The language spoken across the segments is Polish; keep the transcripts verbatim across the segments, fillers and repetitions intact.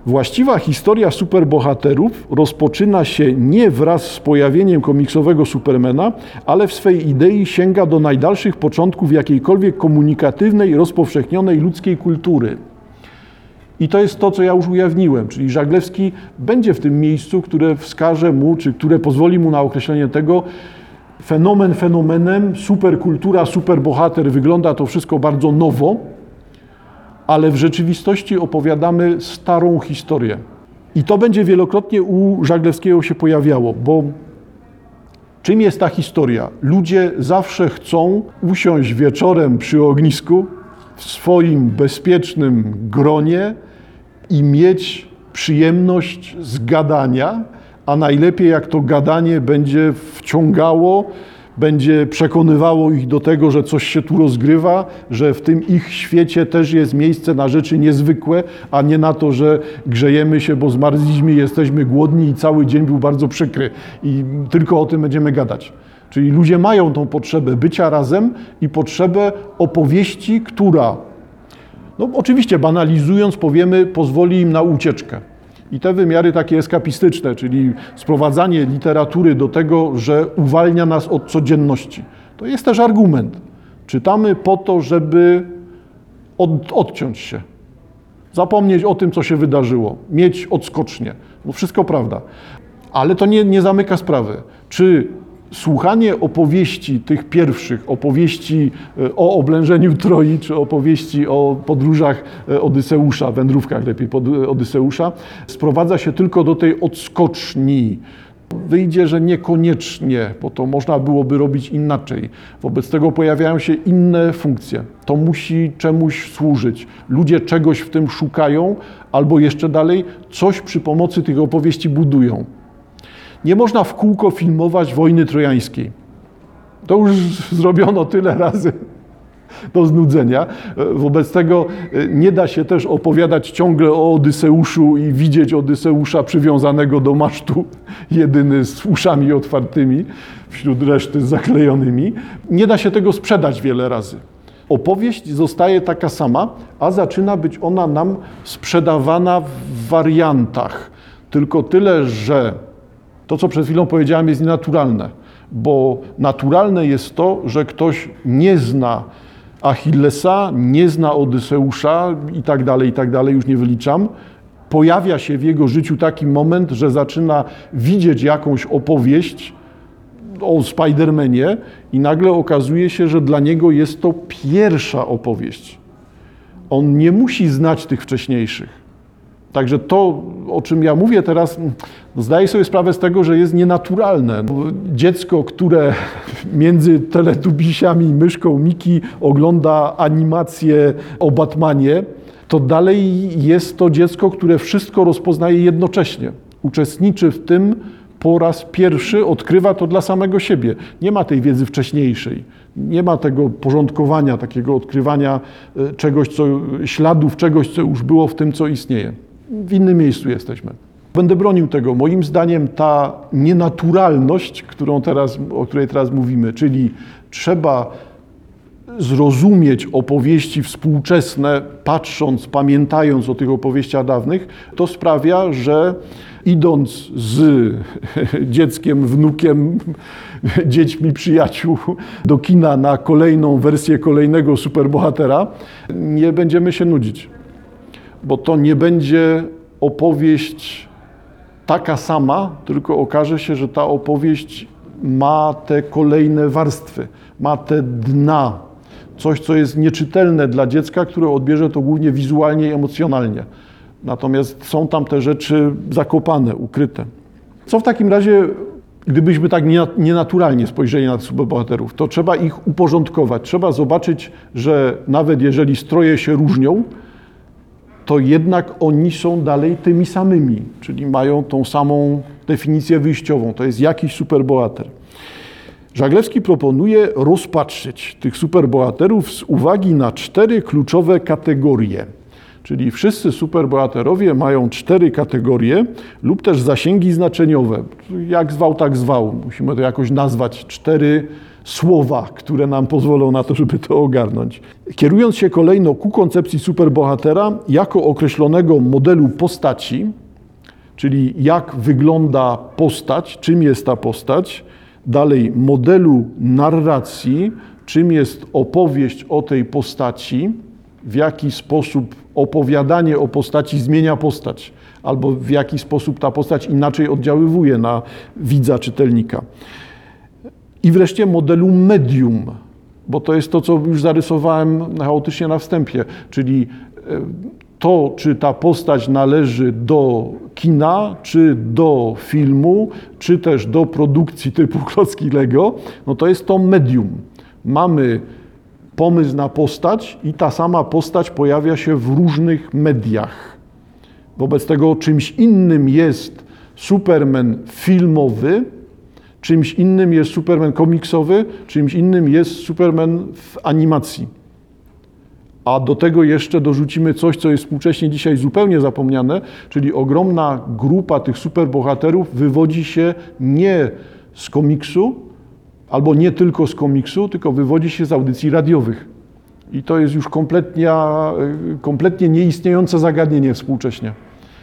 Właściwa historia superbohaterów rozpoczyna się nie wraz z pojawieniem komiksowego Supermana, ale w swej idei sięga do najdalszych początków jakiejkolwiek komunikatywnej, rozpowszechnionej ludzkiej kultury. I to jest to, co ja już ujawniłem, czyli Żaglewski będzie w tym miejscu, które wskaże mu, czy które pozwoli mu na określenie tego, fenomen fenomenem, superkultura, superbohater, wygląda to wszystko bardzo nowo, ale w rzeczywistości opowiadamy starą historię. I to będzie wielokrotnie u Żaglewskiego się pojawiało, bo czym jest ta historia? Ludzie zawsze chcą usiąść wieczorem przy ognisku w swoim bezpiecznym gronie i mieć przyjemność z gadania, a najlepiej jak to gadanie będzie wciągało, będzie przekonywało ich do tego, że coś się tu rozgrywa, że w tym ich świecie też jest miejsce na rzeczy niezwykłe, a nie na to, że grzejemy się, bo zmarzliśmy, jesteśmy głodni i cały dzień był bardzo przykry i tylko o tym będziemy gadać. Czyli ludzie mają tą potrzebę bycia razem i potrzebę opowieści, która, no oczywiście banalizując powiemy, pozwoli im na ucieczkę. I te wymiary takie eskapistyczne, czyli sprowadzanie literatury do tego, że uwalnia nas od codzienności. To jest też argument. Czytamy po to, żeby od, odciąć się, zapomnieć o tym, co się wydarzyło, mieć odskocznie. No wszystko prawda. Ale to nie, nie zamyka sprawy. Czy słuchanie opowieści tych pierwszych, opowieści o oblężeniu Troi, czy opowieści o podróżach Odyseusza, wędrówkach lepiej Odyseusza, sprowadza się tylko do tej odskoczni. Wyjdzie, że niekoniecznie, bo to można byłoby robić inaczej. Wobec tego pojawiają się inne funkcje. To musi czemuś służyć. Ludzie czegoś w tym szukają, albo jeszcze dalej, coś przy pomocy tych opowieści budują. Nie można w kółko filmować wojny trojańskiej. To już zrobiono tyle razy do znudzenia. Wobec tego nie da się też opowiadać ciągle o Odyseuszu i widzieć Odyseusza przywiązanego do masztu, jedyny z uszami otwartymi, wśród reszty zaklejonymi. Nie da się tego sprzedać wiele razy. Opowieść zostaje taka sama, a zaczyna być ona nam sprzedawana w wariantach. Tylko tyle, że to, co przed chwilą powiedziałem, jest nienaturalne, bo naturalne jest to, że ktoś nie zna Achillesa, nie zna Odyseusza i tak dalej, i tak dalej, już nie wyliczam. Pojawia się w jego życiu taki moment, że zaczyna widzieć jakąś opowieść o Spidermanie i nagle okazuje się, że dla niego jest to pierwsza opowieść. On nie musi znać tych wcześniejszych. Także to, o czym ja mówię teraz, zdaję sobie sprawę z tego, że jest nienaturalne. Dziecko, które między Teletubisiami i myszką Miki ogląda animację o Batmanie, to dalej jest to dziecko, które wszystko rozpoznaje jednocześnie. Uczestniczy w tym po raz pierwszy, odkrywa to dla samego siebie. Nie ma tej wiedzy wcześniejszej. Nie ma tego porządkowania, takiego odkrywania czegoś, co, śladów czegoś, co już było w tym, co istnieje. W innym miejscu jesteśmy. Będę bronił tego. Moim zdaniem ta nienaturalność, którą teraz, o której teraz mówimy, czyli trzeba zrozumieć opowieści współczesne, patrząc, pamiętając o tych opowieściach dawnych, to sprawia, że idąc z dzieckiem, wnukiem, dziećmi przyjaciół do kina na kolejną wersję kolejnego superbohatera, nie będziemy się nudzić. Bo to nie będzie opowieść taka sama, tylko okaże się, że ta opowieść ma te kolejne warstwy, ma te dna, coś, co jest nieczytelne dla dziecka, które odbierze to głównie wizualnie i emocjonalnie. Natomiast są tam te rzeczy zakopane, ukryte. Co w takim razie, gdybyśmy tak nienaturalnie spojrzeli na superbohaterów, to trzeba ich uporządkować. Trzeba zobaczyć, że nawet jeżeli stroje się różnią, to jednak oni są dalej tymi samymi, czyli mają tą samą definicję wyjściową. To jest jakiś superbohater. Żaglewski proponuje rozpatrzyć tych superbohaterów z uwagi na cztery kluczowe kategorie. Czyli wszyscy superbohaterowie mają cztery kategorie lub też zasięgi znaczeniowe. Jak zwał, tak zwał. Musimy to jakoś nazwać. Cztery słowa, które nam pozwolą na to, żeby to ogarnąć. Kierując się kolejno ku koncepcji superbohatera jako określonego modelu postaci, czyli jak wygląda postać, czym jest ta postać, dalej modelu narracji, czym jest opowieść o tej postaci, w jaki sposób opowiadanie o postaci zmienia postać, albo w jaki sposób ta postać inaczej oddziaływuje na widza, czytelnika. I wreszcie modelu medium, bo to jest to, co już zarysowałem chaotycznie na wstępie, czyli to, czy ta postać należy do kina, czy do filmu, czy też do produkcji typu klocki Lego, no to jest to medium. Mamy pomysł na postać i ta sama postać pojawia się w różnych mediach. Wobec tego czymś innym jest Superman filmowy, czymś innym jest Superman komiksowy, czymś innym jest Superman w animacji. A do tego jeszcze dorzucimy coś, co jest współcześnie dzisiaj zupełnie zapomniane, czyli ogromna grupa tych superbohaterów wywodzi się nie z komiksu, albo nie tylko z komiksu, tylko wywodzi się z audycji radiowych. I to jest już kompletnie, kompletnie nieistniejące zagadnienie współcześnie.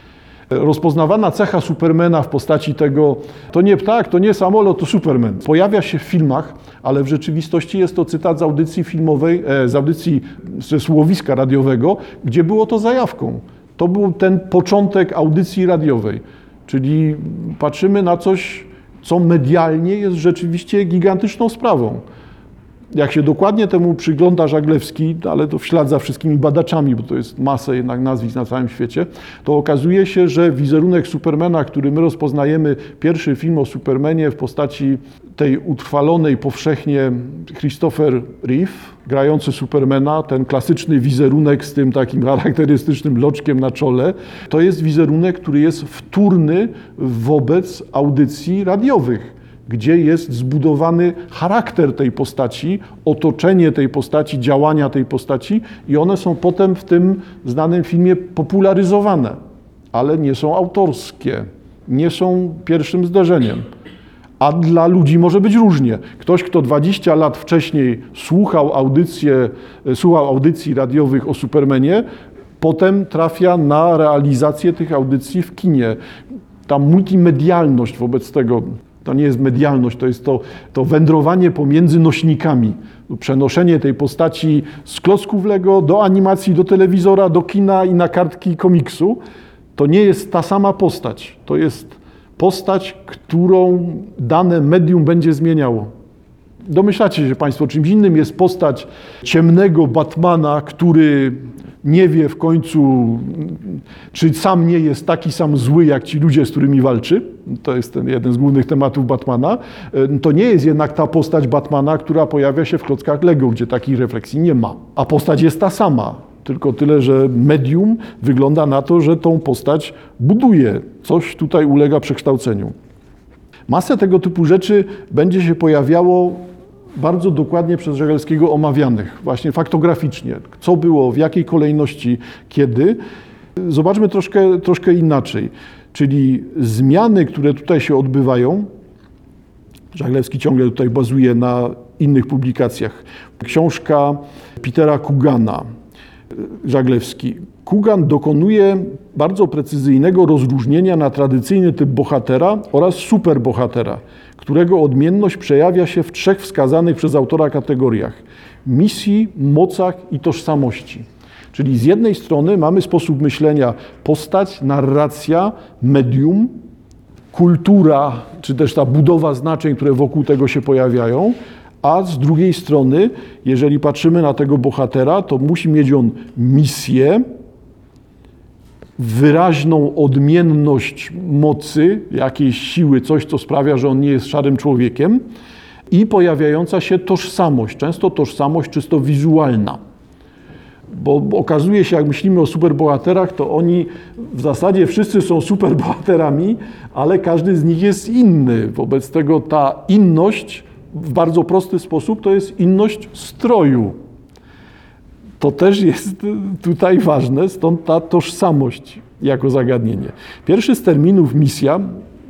Rozpoznawana cecha Supermana w postaci tego, to nie ptak, to nie samolot, to Superman. Pojawia się w filmach, ale w rzeczywistości jest to cytat z audycji filmowej, z audycji ze słuchowiska radiowego, gdzie było to zajawką. To był ten początek audycji radiowej. Czyli patrzymy na coś, co medialnie jest rzeczywiście gigantyczną sprawą. Jak się dokładnie temu przygląda Żaglewski, ale to w ślad za wszystkimi badaczami, bo to jest masę jednak nazwisk na całym świecie, to okazuje się, że wizerunek Supermana, który my rozpoznajemy, pierwszy film o Supermanie w postaci tej utrwalonej powszechnie Christopher Reeve, grający Supermana, ten klasyczny wizerunek z tym takim charakterystycznym loczkiem na czole, to jest wizerunek, który jest wtórny wobec audycji radiowych, gdzie jest zbudowany charakter tej postaci, otoczenie tej postaci, działania tej postaci i one są potem w tym znanym filmie popularyzowane, ale nie są autorskie, nie są pierwszym zdarzeniem. A dla ludzi może być różnie. Ktoś, kto dwadzieścia lat wcześniej słuchał, audycje, słuchał audycji radiowych o Supermanie, potem trafia na realizację tych audycji w kinie. Ta multimedialność wobec tego, to nie jest medialność, to jest to, to wędrowanie pomiędzy nośnikami. Przenoszenie tej postaci z klocków Lego do animacji, do telewizora, do kina i na kartki komiksu. To nie jest ta sama postać. To jest postać, którą dane medium będzie zmieniało. Domyślacie się Państwo, czymś innym jest postać ciemnego Batmana, który nie wie w końcu, czy sam nie jest taki sam zły, jak ci ludzie, z którymi walczy. To jest ten jeden z głównych tematów Batmana. To nie jest jednak ta postać Batmana, która pojawia się w klockach Lego, gdzie takich refleksji nie ma. A postać jest ta sama. Tylko tyle, że medium wygląda na to, że tą postać buduje. Coś tutaj ulega przekształceniu. Masę tego typu rzeczy będzie się pojawiało bardzo dokładnie przez Żaglewskiego omawianych, właśnie faktograficznie. Co było, w jakiej kolejności, kiedy. Zobaczmy troszkę, troszkę inaczej. Czyli zmiany, które tutaj się odbywają, Żaglewski ciągle tutaj bazuje na innych publikacjach. Książka Petera Coogana, Żaglewski. Coogan dokonuje bardzo precyzyjnego rozróżnienia na tradycyjny typ bohatera oraz superbohatera, którego odmienność przejawia się w trzech wskazanych przez autora kategoriach: misji, mocach i tożsamości. Czyli z jednej strony mamy sposób myślenia postać, narracja, medium, kultura, czy też ta budowa znaczeń, które wokół tego się pojawiają, a z drugiej strony, jeżeli patrzymy na tego bohatera, to musi mieć on misję, wyraźną odmienność mocy, jakiejś siły, coś, co sprawia, że on nie jest szarym człowiekiem, i pojawiająca się tożsamość, często tożsamość czysto wizualna. Bo okazuje się, jak myślimy o superbohaterach, to oni w zasadzie wszyscy są superbohaterami, ale każdy z nich jest inny. Wobec tego ta inność w bardzo prosty sposób to jest inność stroju. To też jest tutaj ważne, stąd ta tożsamość jako zagadnienie. Pierwszy z terminów misja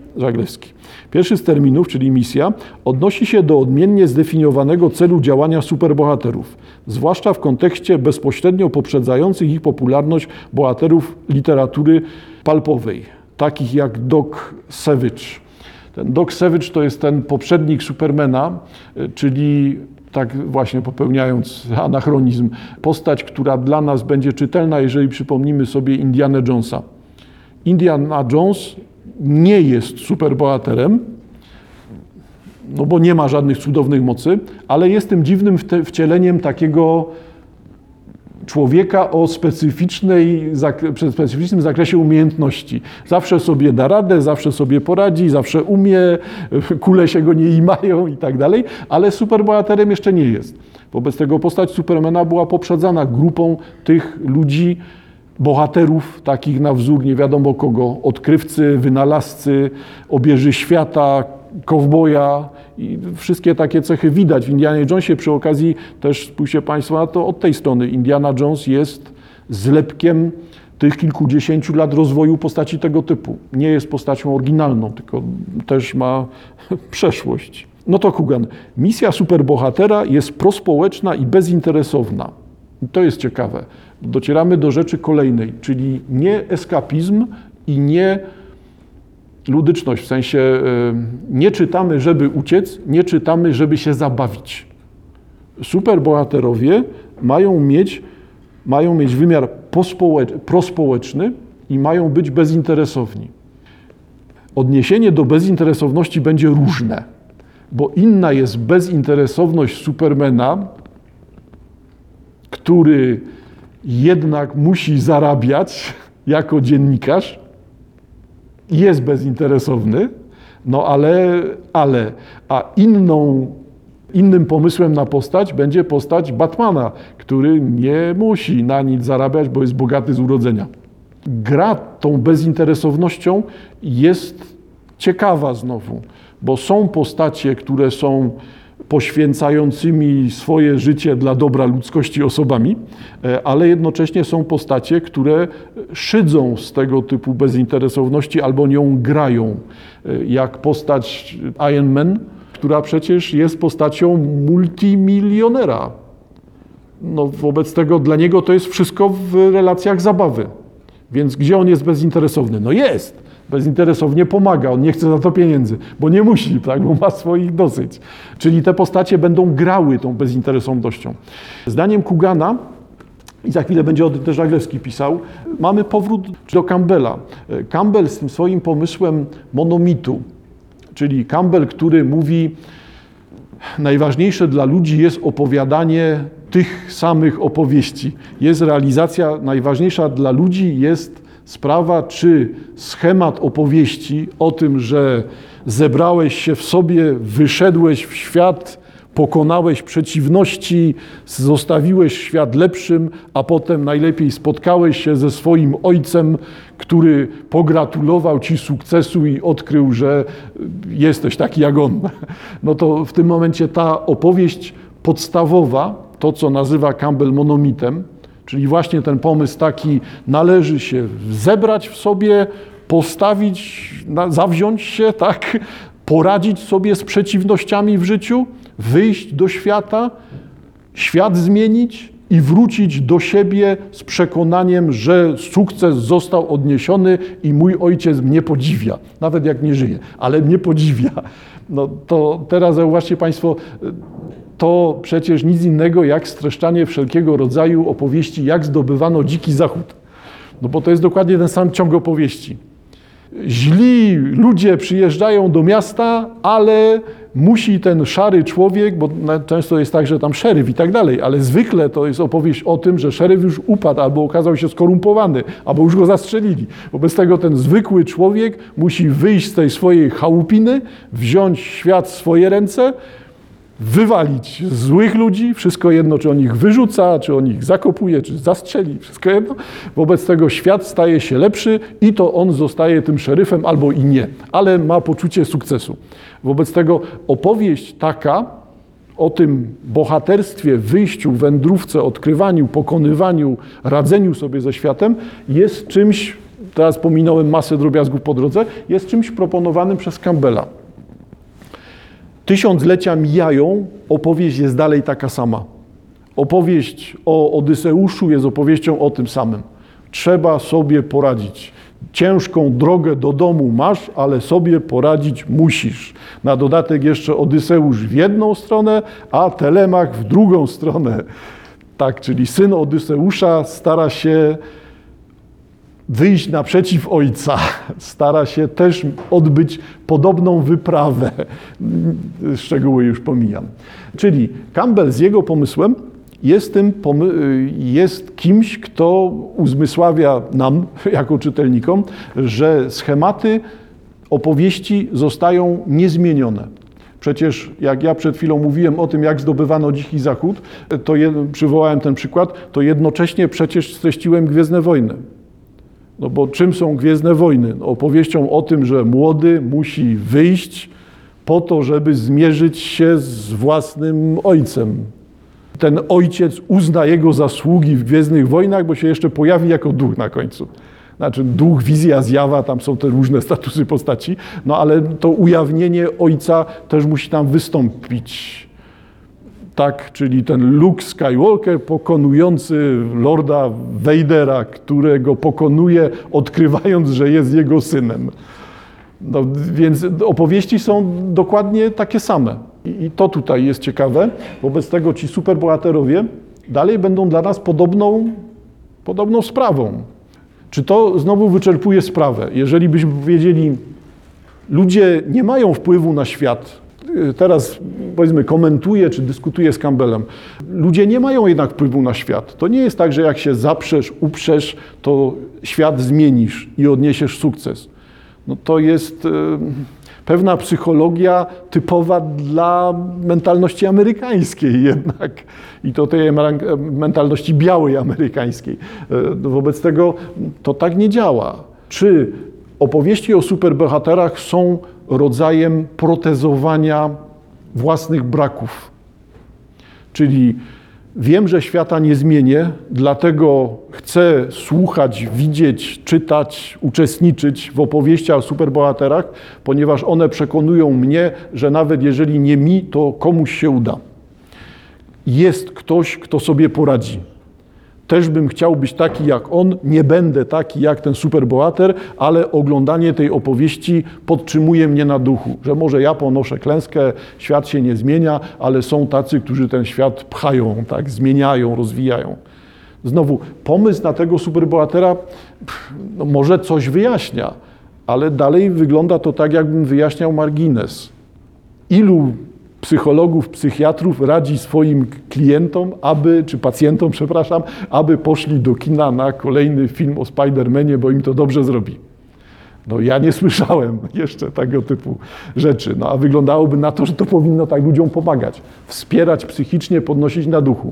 Żaglewski. Pierwszy z terminów, czyli misja, odnosi się do odmiennie zdefiniowanego celu działania superbohaterów, zwłaszcza w kontekście bezpośrednio poprzedzających ich popularność bohaterów literatury pulpowej, takich jak Doc Savage. Ten Doc Savage to jest ten poprzednik Supermana, czyli tak właśnie popełniając anachronizm, postać, która dla nas będzie czytelna, jeżeli przypomnimy sobie Indiana Jonesa. Indiana Jones nie jest superbohaterem, no bo nie ma żadnych cudownych mocy, ale jest tym dziwnym wcieleniem takiego człowieka o specyficznej, specyficznym zakresie umiejętności. Zawsze sobie da radę, zawsze sobie poradzi, zawsze umie, kule się go nie imają i tak dalej, ale superbohaterem jeszcze nie jest. Wobec tego postać Supermana była poprzedzana grupą tych ludzi, bohaterów takich na wzór nie wiadomo kogo, odkrywcy, wynalazcy, obieży świata, kowboja i wszystkie takie cechy widać w Indianie Jonesie. Przy okazji też spójrzcie Państwo na to od tej strony. Indiana Jones jest zlepkiem tych kilkudziesięciu lat rozwoju postaci tego typu. Nie jest postacią oryginalną, tylko też ma przeszłość. No to Coogan. Misja superbohatera jest prospołeczna i bezinteresowna. I to jest ciekawe. Docieramy do rzeczy kolejnej, czyli nie eskapizm i nie ludyczność, w sensie nie czytamy, żeby uciec, nie czytamy, żeby się zabawić. Superbohaterowie mają mieć, mają mieć wymiar prospołeczny i mają być bezinteresowni. Odniesienie do bezinteresowności będzie różne, bo inna jest bezinteresowność Supermana, który jednak musi zarabiać jako dziennikarz, jest bezinteresowny, no ale, ale, a inną, innym pomysłem na postać będzie postać Batmana, który nie musi na nic zarabiać, bo jest bogaty z urodzenia. Gra tą bezinteresownością jest ciekawa znowu, bo są postacie, które są poświęcającymi swoje życie dla dobra ludzkości osobami, ale jednocześnie są postacie, które szydzą z tego typu bezinteresowności albo nią grają, jak postać Iron Man, która przecież jest postacią multimilionera. No, wobec tego dla niego to jest wszystko w relacjach zabawy. Więc gdzie on jest bezinteresowny? No jest. Bezinteresownie pomaga, on nie chce za to pieniędzy, bo nie musi, tak, bo ma swoich dosyć. Czyli te postacie będą grały tą bezinteresownością. Zdaniem Coogana, i za chwilę będzie o tym też Żaglewski pisał, mamy powrót do Campbella. Campbell z tym swoim pomysłem monomitu, czyli Campbell, który mówi, najważniejsze dla ludzi jest opowiadanie tych samych opowieści. Jest realizacja, najważniejsza dla ludzi jest sprawa, czy schemat opowieści o tym, że zebrałeś się w sobie, wyszedłeś w świat, pokonałeś przeciwności, zostawiłeś świat lepszym, a potem najlepiej spotkałeś się ze swoim ojcem, który pogratulował ci sukcesu i odkrył, że jesteś taki jak on. No to w tym momencie ta opowieść podstawowa, to co nazywa Campbell monomitem, czyli właśnie ten pomysł taki, należy się zebrać w sobie, postawić, zawziąć się, tak, poradzić sobie z przeciwnościami w życiu, wyjść do świata, świat zmienić i wrócić do siebie z przekonaniem, że sukces został odniesiony i mój ojciec mnie podziwia, nawet jak nie żyje, ale mnie podziwia. No to teraz zauważcie Państwo, to przecież nic innego jak streszczanie wszelkiego rodzaju opowieści, jak zdobywano Dziki Zachód. No bo to jest dokładnie ten sam ciąg opowieści. Źli ludzie przyjeżdżają do miasta, ale musi ten szary człowiek, bo często jest tak, że tam szeryf i tak dalej, ale zwykle to jest opowieść o tym, że szeryf już upadł, albo okazał się skorumpowany, albo już go zastrzelili. Wobec tego ten zwykły człowiek musi wyjść z tej swojej chałupiny, wziąć świat w swoje ręce, wywalić złych ludzi, wszystko jedno, czy on ich wyrzuca, czy on ich zakopuje, czy zastrzeli, wszystko jedno. Wobec tego świat staje się lepszy i to on zostaje tym szeryfem albo i nie, ale ma poczucie sukcesu. Wobec tego opowieść taka o tym bohaterstwie, wyjściu, wędrówce, odkrywaniu, pokonywaniu, radzeniu sobie ze światem jest czymś teraz pominąłem masę drobiazgów po drodze, jest czymś proponowanym przez Campbella. Tysiąclecia mijają, opowieść jest dalej taka sama. Opowieść o Odyseuszu jest opowieścią o tym samym. Trzeba sobie poradzić. Ciężką drogę do domu masz, ale sobie poradzić musisz. Na dodatek jeszcze Odyseusz w jedną stronę, a Telemach w drugą stronę. Tak, czyli syn Odyseusza stara się wyjść naprzeciw ojca. Stara się też odbyć podobną wyprawę. Szczegóły już pomijam. Czyli Campbell z jego pomysłem jest, tym, jest kimś, kto uzmysławia nam, jako czytelnikom, że schematy opowieści zostają niezmienione. Przecież jak ja przed chwilą mówiłem o tym, jak zdobywano Dziki Zachód, to je, przywołałem ten przykład, to jednocześnie przecież streściłem Gwiezdne Wojny. No bo czym są Gwiezdne Wojny? No, opowieścią o tym, że młody musi wyjść po to, żeby zmierzyć się z własnym ojcem. Ten ojciec uzna jego zasługi w Gwiezdnych Wojnach, bo się jeszcze pojawi jako duch na końcu. Znaczy duch, wizja, zjawa, tam są te różne statusy postaci, no ale to ujawnienie ojca też musi tam wystąpić. Tak, czyli ten Luke Skywalker pokonujący Lorda Vadera, którego pokonuje, odkrywając, że jest jego synem. No, więc opowieści są dokładnie takie same. I, I to tutaj jest ciekawe. Wobec tego ci superbohaterowie dalej będą dla nas podobną, podobną sprawą. Czy to znowu wyczerpuje sprawę? Jeżeli byśmy powiedzieli, ludzie nie mają wpływu na świat, teraz powiedzmy komentuję czy dyskutuję z Campbellem, ludzie nie mają jednak wpływu na świat. To nie jest tak, że jak się zaprzesz, uprzesz, to świat zmienisz i odniesiesz sukces. No to jest y, pewna psychologia typowa dla mentalności amerykańskiej jednak. I to tej mentalności białej amerykańskiej. Y, wobec tego to tak nie działa. Czy opowieści o superbohaterach są rodzajem protezowania własnych braków? Czyli wiem, że świata nie zmienię, dlatego chcę słuchać, widzieć, czytać, uczestniczyć w opowieściach o superbohaterach, ponieważ one przekonują mnie, że nawet jeżeli nie mi, to komuś się uda. Jest ktoś, kto sobie poradzi. Też bym chciał być taki jak on, nie będę taki jak ten superbohater, ale oglądanie tej opowieści podtrzymuje mnie na duchu, że może ja ponoszę klęskę, świat się nie zmienia, ale są tacy, którzy ten świat pchają, tak, zmieniają, rozwijają. Znowu, pomysł na tego superbohatera no, może coś wyjaśnia, ale dalej wygląda to tak, jakbym wyjaśniał margines. Ilu psychologów, psychiatrów radzi swoim klientom, aby, czy pacjentom, przepraszam, aby poszli do kina na kolejny film o Spider-Manie, bo im to dobrze zrobi. No ja nie słyszałem jeszcze tego typu rzeczy, no a wyglądałoby na to, że to powinno tak ludziom pomagać. Wspierać psychicznie, podnosić na duchu.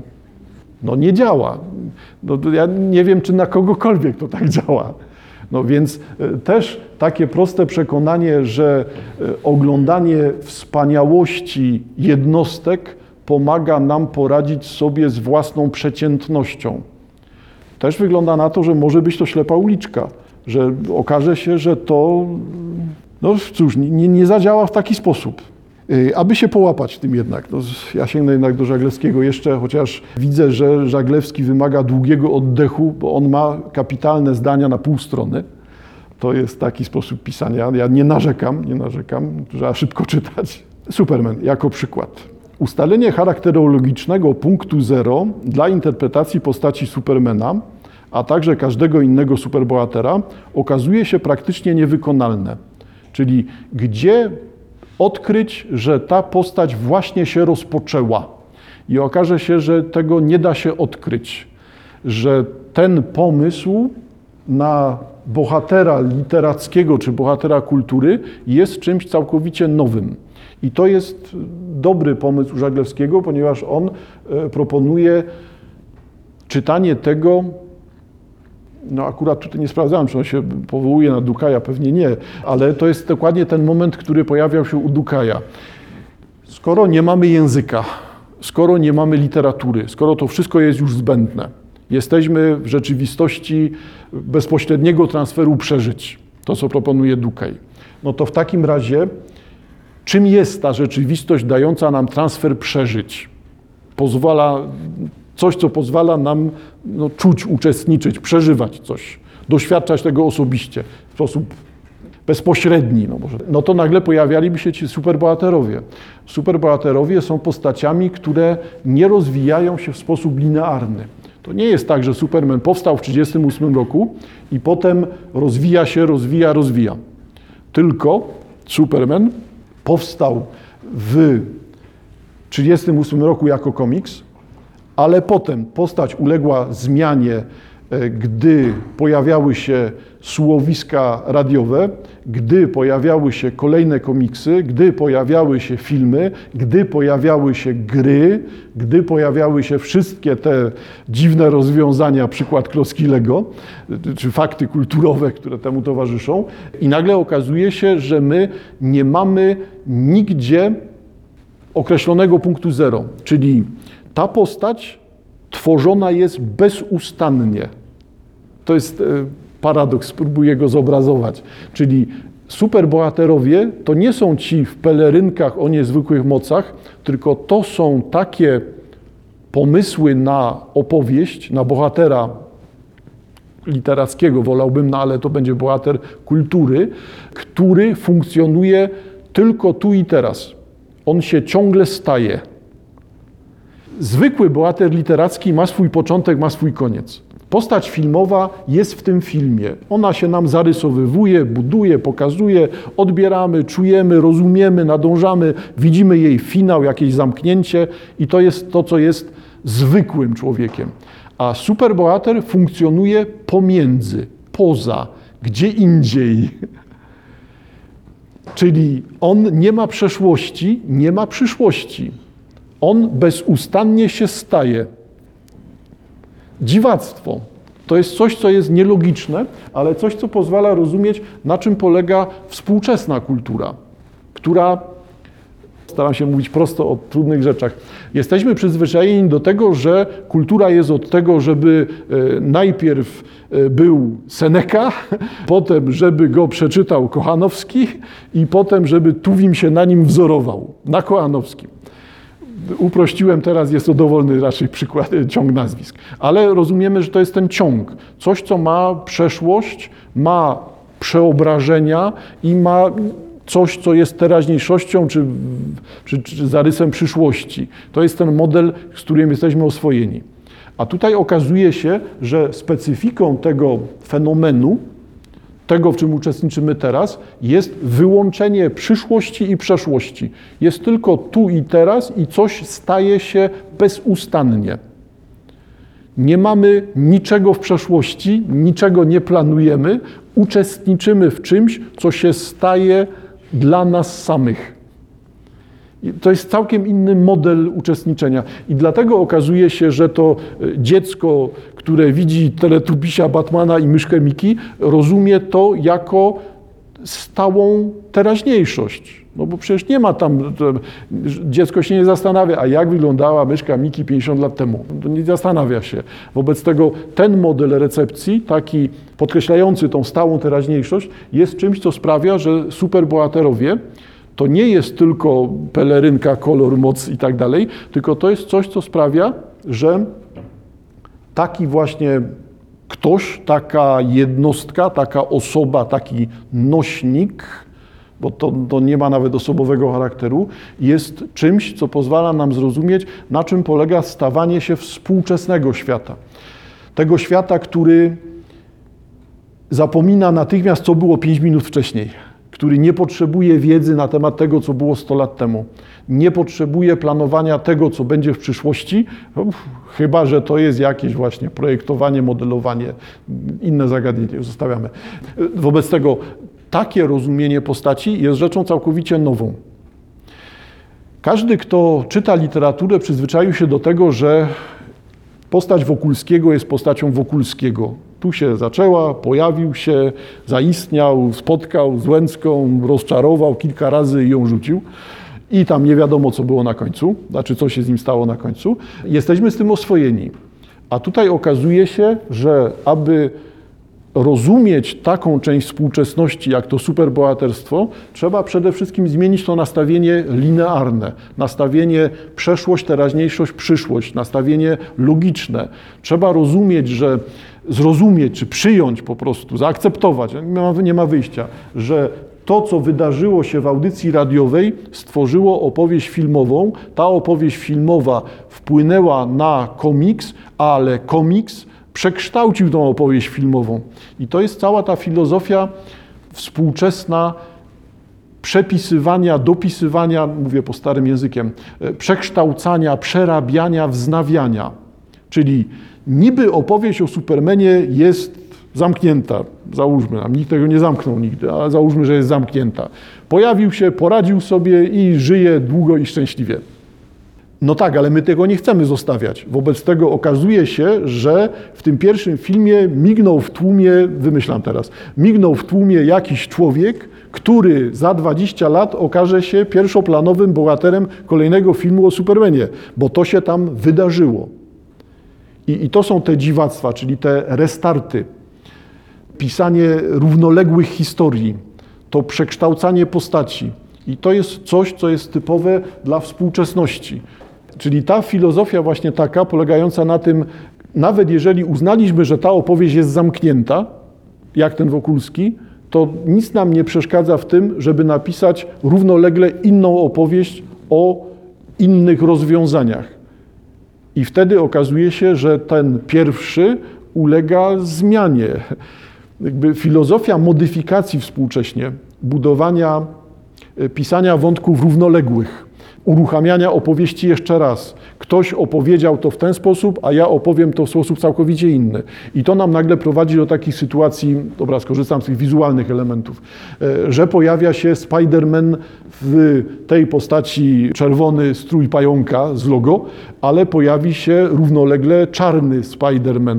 No nie działa. No, ja nie wiem, czy na kogokolwiek to tak działa. No więc też takie proste przekonanie, że oglądanie wspaniałości jednostek pomaga nam poradzić sobie z własną przeciętnością. Też wygląda na to, że może być to ślepa uliczka, że okaże się, że to, no cóż, nie, nie zadziała w taki sposób. Aby się połapać w tym jednak, no ja sięgnę jednak do Żaglewskiego jeszcze, chociaż widzę, że Żaglewski wymaga długiego oddechu, bo on ma kapitalne zdania na pół strony. To jest taki sposób pisania. Ja nie narzekam, nie narzekam, trzeba szybko czytać. Superman jako przykład. Ustalenie charakterologicznego punktu zero dla interpretacji postaci Supermana, a także każdego innego superbohatera, okazuje się praktycznie niewykonalne. Czyli gdzie odkryć, że ta postać właśnie się rozpoczęła. I okaże się, że tego nie da się odkryć. Że ten pomysł na bohatera literackiego czy bohatera kultury jest czymś całkowicie nowym. I to jest dobry pomysł Żaglewskiego, ponieważ on proponuje czytanie tego. No akurat tutaj nie sprawdzałem, czy on się powołuje na Dukaja, pewnie nie, ale to jest dokładnie ten moment, który pojawiał się u Dukaja. Skoro nie mamy języka, skoro nie mamy literatury, skoro to wszystko jest już zbędne, Jesteśmy w rzeczywistości bezpośredniego transferu przeżyć. To, co proponuje Duquesne. No to w takim razie, czym jest ta rzeczywistość dająca nam transfer przeżyć? Pozwala, coś, co pozwala nam no, czuć, uczestniczyć, przeżywać coś, doświadczać tego osobiście, w sposób bezpośredni. No, może. No to nagle pojawialiby się ci superbohaterowie. Superbohaterowie są postaciami, które nie rozwijają się w sposób linearny. To nie jest tak, że Superman powstał w tysiąc dziewięćset trzydziestym ósmym roku i potem rozwija się, rozwija, rozwija. Tylko Superman powstał w tysiąc dziewięćset trzydziestym ósmym roku jako komiks, ale potem postać uległa zmianie, gdy pojawiały się słuchowiska radiowe, gdy pojawiały się kolejne komiksy, gdy pojawiały się filmy, gdy pojawiały się gry, gdy pojawiały się wszystkie te dziwne rozwiązania, przykład klocki Lego, czy fakty kulturowe, które temu towarzyszą. I nagle okazuje się, że my nie mamy nigdzie określonego punktu zero, czyli ta postać tworzona jest bezustannie. To jest paradoks, spróbuję go zobrazować. Czyli superbohaterowie to nie są ci w pelerynkach o niezwykłych mocach, tylko to są takie pomysły na opowieść, na bohatera literackiego, wolałbym, no ale to będzie bohater kultury, który funkcjonuje tylko tu i teraz. On się ciągle staje. Zwykły bohater literacki ma swój początek, ma swój koniec. Postać filmowa jest w tym filmie. Ona się nam zarysowywuje, buduje, pokazuje, odbieramy, czujemy, rozumiemy, nadążamy, widzimy jej finał, jakieś zamknięcie i to jest to, co jest zwykłym człowiekiem. A superbohater funkcjonuje pomiędzy, poza, gdzie indziej. Czyli on nie ma przeszłości, nie ma przyszłości. On bezustannie się staje. Dziwactwo. To jest coś, co jest nielogiczne, ale coś, co pozwala rozumieć, na czym polega współczesna kultura, która, staram się mówić prosto o trudnych rzeczach, jesteśmy przyzwyczajeni do tego, że kultura jest od tego, żeby najpierw był Seneca, potem, żeby go przeczytał Kochanowski i potem, żeby Tuwim się na nim wzorował, na Kochanowskim. Uprościłem teraz, jest to dowolny raczej przykład, ciąg nazwisk. Ale rozumiemy, że to jest ten ciąg. Coś, co ma przeszłość, ma przeobrażenia i ma coś, co jest teraźniejszością czy, czy, czy zarysem przyszłości. To jest ten model, z którym jesteśmy oswojeni. A tutaj okazuje się, że specyfiką tego fenomenu, tego, w czym uczestniczymy teraz, jest wyłączenie przyszłości i przeszłości. Jest tylko tu i teraz i coś staje się bezustannie. Nie mamy niczego w przeszłości, niczego nie planujemy, uczestniczymy w czymś, co się staje dla nas samych. I to jest całkiem inny model uczestniczenia. I dlatego okazuje się, że to dziecko, które widzi Teletubisia, Batmana i myszkę Miki, rozumie to jako stałą teraźniejszość. No bo przecież nie ma tam, dziecko się nie zastanawia, a jak wyglądała myszka Miki pięćdziesiąt lat temu. To nie zastanawia się. Wobec tego ten model recepcji, taki podkreślający tą stałą teraźniejszość, jest czymś, co sprawia, że superbohaterowie to nie jest tylko pelerynka, kolor, moc i tak dalej, tylko to jest coś, co sprawia, że taki właśnie ktoś, taka jednostka, taka osoba, taki nośnik, bo to, to nie ma nawet osobowego charakteru, jest czymś, co pozwala nam zrozumieć, na czym polega stawanie się współczesnego świata. Tego świata, który zapomina natychmiast, co było pięć minut wcześniej, który nie potrzebuje wiedzy na temat tego, co było sto lat temu. Nie potrzebuje planowania tego, co będzie w przyszłości, chyba że to jest jakieś właśnie projektowanie, modelowanie, inne zagadnienie, zostawiamy. Wobec tego takie rozumienie postaci jest rzeczą całkowicie nową. Każdy, kto czyta literaturę, przyzwyczaił się do tego, że postać Wokulskiego jest postacią Wokulskiego. Tu się zaczęła, pojawił się, zaistniał, spotkał z Łęcką, rozczarował kilka razy i ją rzucił. I tam nie wiadomo, co było na końcu, znaczy co się z nim stało na końcu. Jesteśmy z tym oswojeni. A tutaj okazuje się, że aby rozumieć taką część współczesności, jak to superbohaterstwo, trzeba przede wszystkim zmienić to nastawienie linearne, nastawienie przeszłość, teraźniejszość, przyszłość, nastawienie logiczne. Trzeba rozumieć, że zrozumieć, czy przyjąć po prostu, zaakceptować, nie ma, nie ma wyjścia, że to, co wydarzyło się w audycji radiowej, stworzyło opowieść filmową. Ta opowieść filmowa wpłynęła na komiks, ale komiks przekształcił tą opowieść filmową. I to jest cała ta filozofia współczesna przepisywania, dopisywania, mówię po starym językiem, przekształcania, przerabiania, wznawiania. Czyli niby opowieść o Supermanie jest zamknięta, załóżmy, a nikt tego nie zamknął nigdy, ale załóżmy, że jest zamknięta. Pojawił się, poradził sobie i żyje długo i szczęśliwie. No tak, ale my tego nie chcemy zostawiać. Wobec tego okazuje się, że w tym pierwszym filmie mignął w tłumie, wymyślam teraz, mignął w tłumie jakiś człowiek, który za dwadzieścia lat okaże się pierwszoplanowym bohaterem kolejnego filmu o Supermanie, bo to się tam wydarzyło. I, i to są te dziwactwa, czyli te restarty, pisanie równoległych historii, to przekształcanie postaci. I to jest coś, co jest typowe dla współczesności. Czyli ta filozofia właśnie taka, polegająca na tym, nawet jeżeli uznaliśmy, że ta opowieść jest zamknięta, jak ten Wokulski, to nic nam nie przeszkadza w tym, żeby napisać równolegle inną opowieść o innych rozwiązaniach. I wtedy okazuje się, że ten pierwszy ulega zmianie. Jakby filozofia modyfikacji współcześnie, budowania, pisania wątków równoległych, uruchamiania opowieści jeszcze raz. Ktoś opowiedział to w ten sposób, a ja opowiem to w sposób całkowicie inny. I to nam nagle prowadzi do takich sytuacji, dobra, skorzystam z tych wizualnych elementów, że pojawia się Spider-Man w tej postaci czerwony strój pająka z logo, ale pojawi się równolegle czarny Spider-Man.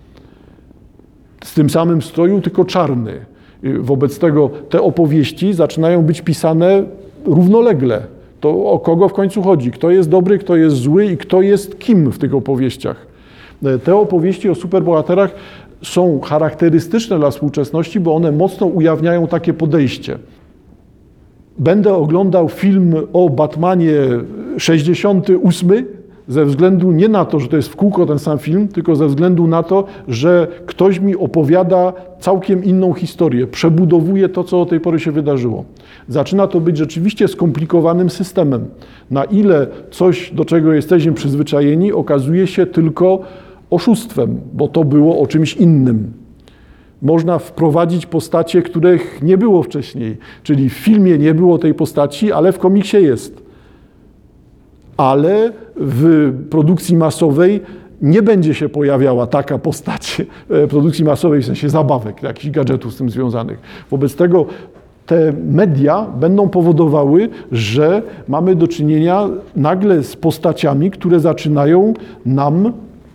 Z tym samym stroju, tylko czarny. Wobec tego te opowieści zaczynają być pisane równolegle. To o kogo w końcu chodzi? Kto jest dobry, kto jest zły i kto jest kim w tych opowieściach? Te opowieści o superbohaterach są charakterystyczne dla współczesności, bo one mocno ujawniają takie podejście. Będę oglądał film o Batmanie sześćdziesiąty ósmy ze względu nie na to, że to jest w kółko ten sam film, tylko ze względu na to, że ktoś mi opowiada całkiem inną historię, przebudowuje to, co do tej pory się wydarzyło. Zaczyna to być rzeczywiście skomplikowanym systemem. Na ile coś, do czego jesteśmy przyzwyczajeni, okazuje się tylko oszustwem, bo to było o czymś innym. Można wprowadzić postacie, których nie było wcześniej. Czyli w filmie nie było tej postaci, ale w komiksie jest. Ale w produkcji masowej nie będzie się pojawiała taka postać, produkcji masowej w sensie zabawek, jakichś gadżetów z tym związanych. Wobec tego te media będą powodowały, że mamy do czynienia nagle z postaciami, które zaczynają nam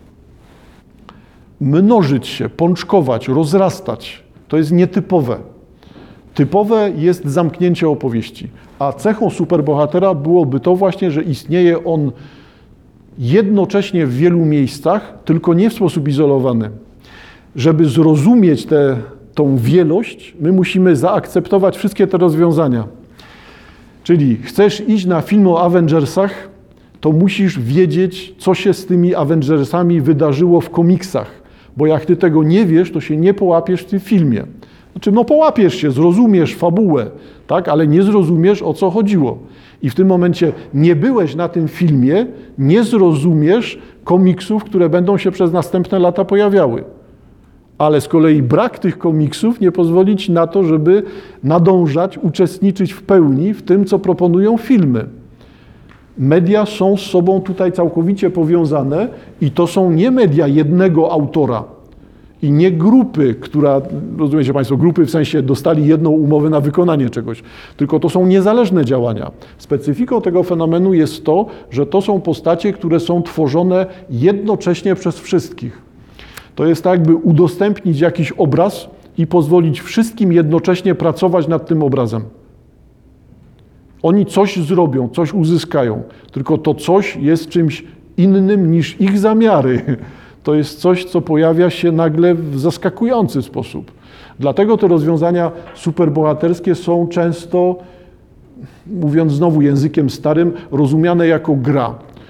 mnożyć się, pączkować, rozrastać. To jest nietypowe. Typowe jest zamknięcie opowieści, a cechą superbohatera byłoby to właśnie, że istnieje on jednocześnie w wielu miejscach, tylko nie w sposób izolowany. Żeby zrozumieć tę tą wielość, my musimy zaakceptować wszystkie te rozwiązania. Czyli chcesz iść na film o Avengersach, to musisz wiedzieć, co się z tymi Avengersami wydarzyło w komiksach, bo jak ty tego nie wiesz, to się nie połapiesz w tym filmie. Znaczy, no połapiesz się, zrozumiesz fabułę, tak, ale nie zrozumiesz, o co chodziło. I w tym momencie nie byłeś na tym filmie, nie zrozumiesz komiksów, które będą się przez następne lata pojawiały. Ale z kolei brak tych komiksów nie pozwoli ci na to, żeby nadążać, uczestniczyć w pełni w tym, co proponują filmy. Media są z sobą tutaj całkowicie powiązane i to są nie media jednego autora i nie grupy, która, rozumiecie Państwo, grupy w sensie dostali jedną umowę na wykonanie czegoś, tylko to są niezależne działania. Specyfiką tego fenomenu jest to, że to są postacie, które są tworzone jednocześnie przez wszystkich. To jest tak, jakby udostępnić jakiś obraz i pozwolić wszystkim jednocześnie pracować nad tym obrazem. Oni coś zrobią, coś uzyskają, tylko to coś jest czymś innym niż ich zamiary. to jest coś, co pojawia się nagle w zaskakujący sposób. Dlatego te rozwiązania superbohaterskie są często, mówiąc znowu językiem starym, rozumiane jako gra.